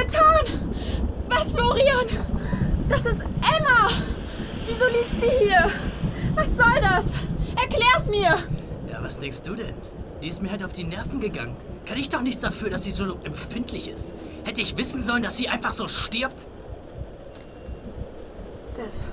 getan? Was, Florian? Das ist Emma! Wieso liegt sie hier? Was soll das? Erklär's mir! Ja, was denkst du denn? Die ist mir halt auf die Nerven gegangen. Kann ich doch nichts dafür, dass sie so empfindlich ist. Hätte ich wissen sollen, dass sie einfach so stirbt? Das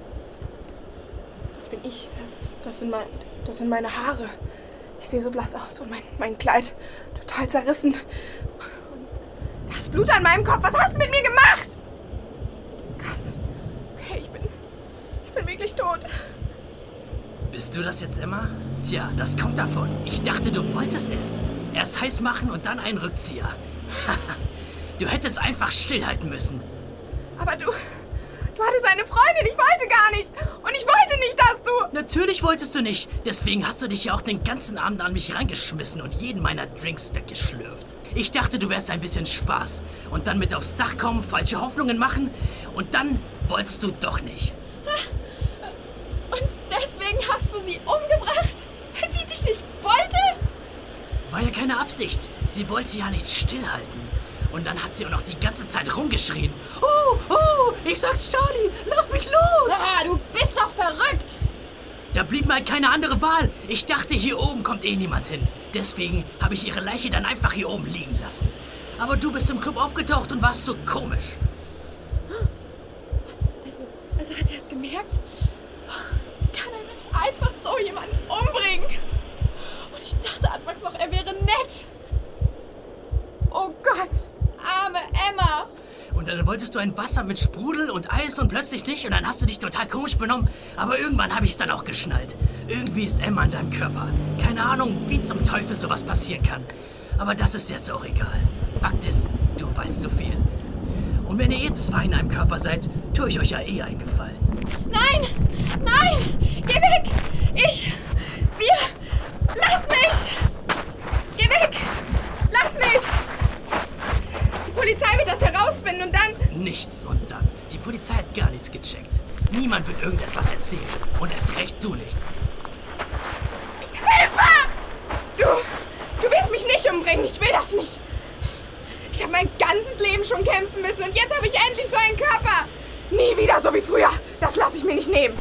bin ich. Das sind meine Haare. Ich sehe so blass aus und mein Kleid total zerrissen. Und das Blut an meinem Kopf. Was hast du mit mir gemacht? Krass. Okay, ich bin wirklich tot. Bist du das jetzt, Emma? Tja, das kommt davon. Ich dachte, du wolltest es. Erst heiß machen und dann einen Rückzieher. Du hättest einfach stillhalten müssen. Aber du hattest eine Freundin. Ich wollte gar nicht. Und ich wollte nicht, dass du... Natürlich wolltest du nicht. Deswegen hast du dich ja auch den ganzen Abend an mich rangeschmissen und jeden meiner Drinks weggeschlürft. Ich dachte, du wärst ein bisschen Spaß. Und dann mit aufs Dach kommen, falsche Hoffnungen machen. Und dann wolltest du doch nicht. Und deswegen hast du sie umgebracht? Weil sie dich nicht wollte? War ja keine Absicht. Sie wollte ja nicht stillhalten. Und dann hat sie auch noch die ganze Zeit rumgeschrien. Ich sag's Charlie, lass mich los! Ah, du bist doch verrückt! Da blieb mir halt keine andere Wahl. Ich dachte, hier oben kommt eh niemand hin. Deswegen habe ich ihre Leiche dann einfach hier oben liegen lassen. Aber du bist im Club aufgetaucht und warst so komisch. Also hat er es gemerkt? Kann ein Mensch einfach so jemanden umbringen? Und ich dachte anfangs noch, er wäre nett. Oh Gott, arme Emma. Und dann wolltest du ein Wasser mit Sprudel und Eis und plötzlich nicht und dann hast du dich total komisch benommen. Aber irgendwann habe ich es dann auch geschnallt. Irgendwie ist Emma in deinem Körper. Keine Ahnung, wie zum Teufel sowas passieren kann. Aber das ist jetzt auch egal. Fakt ist, du weißt zu viel. Und wenn ihr eh zwei in einem Körper seid, tue ich euch ja eh einen Gefallen. Nein! Geh weg! Lass mich! Geh weg! Lass mich! Die Polizei wird das herausfinden und dann... Nichts und dann. Die Polizei hat gar nichts gecheckt. Niemand wird irgendetwas erzählen. Und erst recht du nicht. Hilfe! Du willst mich nicht umbringen. Ich will das nicht. Ich habe mein ganzes Leben schon kämpfen müssen und jetzt habe ich endlich so einen Körper. Nie wieder so wie früher. Das lasse ich mir nicht nehmen.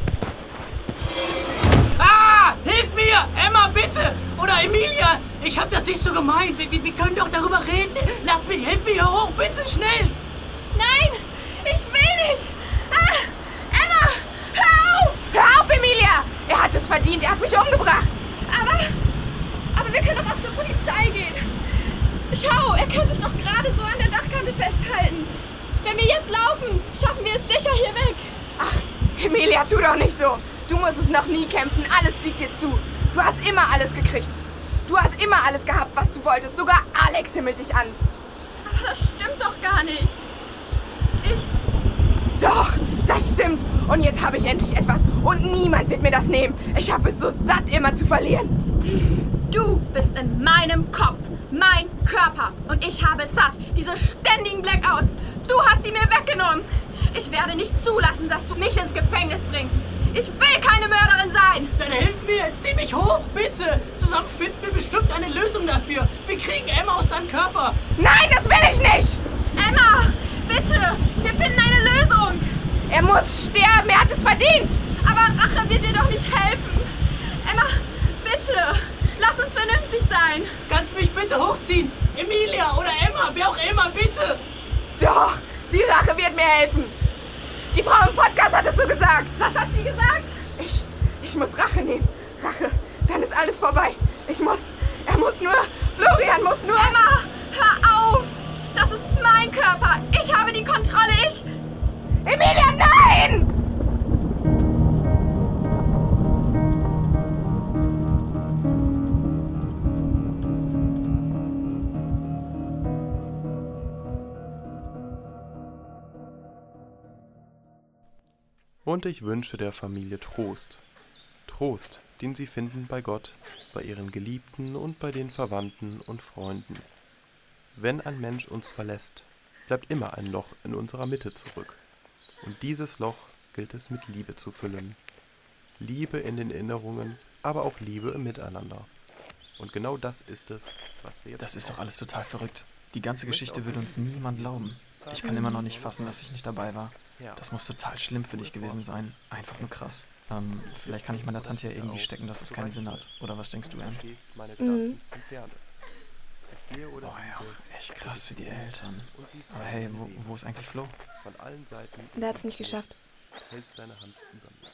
Ah! Hilf mir! Emma, bitte! Oder Emilia! Ich hab das nicht so gemeint. Wir können doch darüber reden. Lasst mich, hilf mir hier hoch, bitte, schnell! Nein! Ich will nicht! Ah! Emma! Hör auf! Hör auf, Emilia! Er hat es verdient. Er hat mich umgebracht. Aber wir können doch auch zur Polizei gehen. Schau, er kann sich noch gerade so an der Dachkante festhalten. Wenn wir jetzt laufen, schaffen wir es sicher hier weg. Ach, Emilia, tu doch nicht so. Du musstest noch nie kämpfen. Alles fliegt dir zu. Du hast immer alles gekriegt. Du hast immer alles gehabt, was du wolltest. Sogar Alex himmelt dich an. Aber das stimmt doch gar nicht. Doch, das stimmt. Und jetzt habe ich endlich etwas. Und niemand wird mir das nehmen. Ich habe es so satt, immer zu verlieren. Du bist in meinem Kopf. Mein Körper. Und ich habe es satt. Diese ständigen Blackouts. Du hast sie mir weggenommen. Ich werde nicht zulassen, dass du mich ins Gefängnis bringst. Ich will keine Mörderin sein. Dann hilf mir, zieh mich hoch, bitte. Zusammen finden wir bestimmt eine Lösung dafür. Wir kriegen Emma aus deinem Körper. Nein, das will ich nicht. Emma, bitte. Wir finden eine Lösung. Er muss sterben. Er hat es verdient. Aber Rache wird dir doch nicht helfen. Emma, bitte. Lass uns vernünftig sein. Kannst du mich bitte hochziehen? Emilia oder Emma, wer auch immer, bitte. Doch, die Rache wird mir helfen. Die Frau im Podcast hat es so gesagt. Was hat sie gesagt? Ich muss Rache nehmen. Rache, dann ist alles vorbei. Florian muss nur... Emma, hör auf. Das ist mein Körper. Ich habe die Kontrolle. Emilia, nein! Und ich wünsche der Familie Trost. Trost, den sie finden bei Gott, bei ihren Geliebten und bei den Verwandten und Freunden. Wenn ein Mensch uns verlässt, bleibt immer ein Loch in unserer Mitte zurück. Und dieses Loch gilt es mit Liebe zu füllen. Liebe in den Erinnerungen, aber auch Liebe im Miteinander. Und genau das ist es, was wir jetzt... Das ist doch alles total verrückt. Die ganze Geschichte würde uns niemand glauben. Ich kann immer noch nicht fassen, dass ich nicht dabei war. Das muss total schlimm für dich gewesen sein. Einfach nur krass. Vielleicht kann ich meiner Tante ja irgendwie stecken, dass es keinen Sinn hat. Oder was denkst du, Em? Oh ja, echt krass für die Eltern. Aber hey, wo ist eigentlich Flo? Der hat's nicht geschafft. Hältst deine Hand über mir.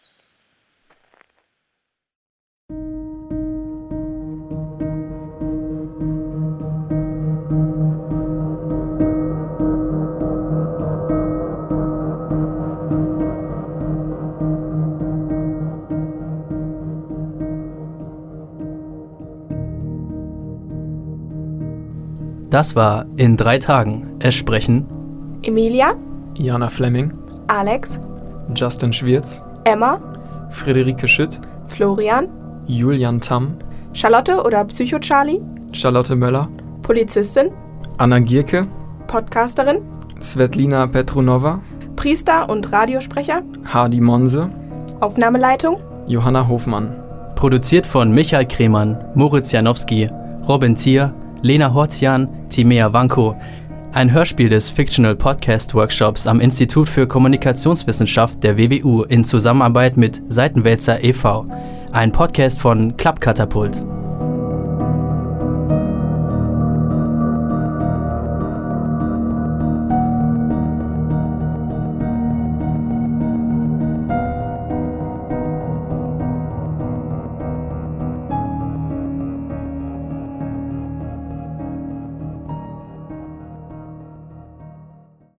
Das war In 3 Tagen. Es sprechen Emilia, Jana Fleming, Alex, Justin Schwierz, Emma, Friederike Schütt, Florian, Julian Tamm, Charlotte oder Psycho-Charlie, Charlotte Möller, Polizistin, Anna Gierke, Podcasterin, Svetlina Petrunova, Priester und Radiosprecher, Hardy Monse, Aufnahmeleitung, Johanna Hofmann. produziert von Michael Kremann, Moritz Janowski, Robin Thier, Lena Hortian, Timea Wanko. Ein Hörspiel des Fictional Podcast Workshops am Institut für Kommunikationswissenschaft der WWU in Zusammenarbeit mit Seitenwälzer e.V. Ein Podcast von Klappkatapult.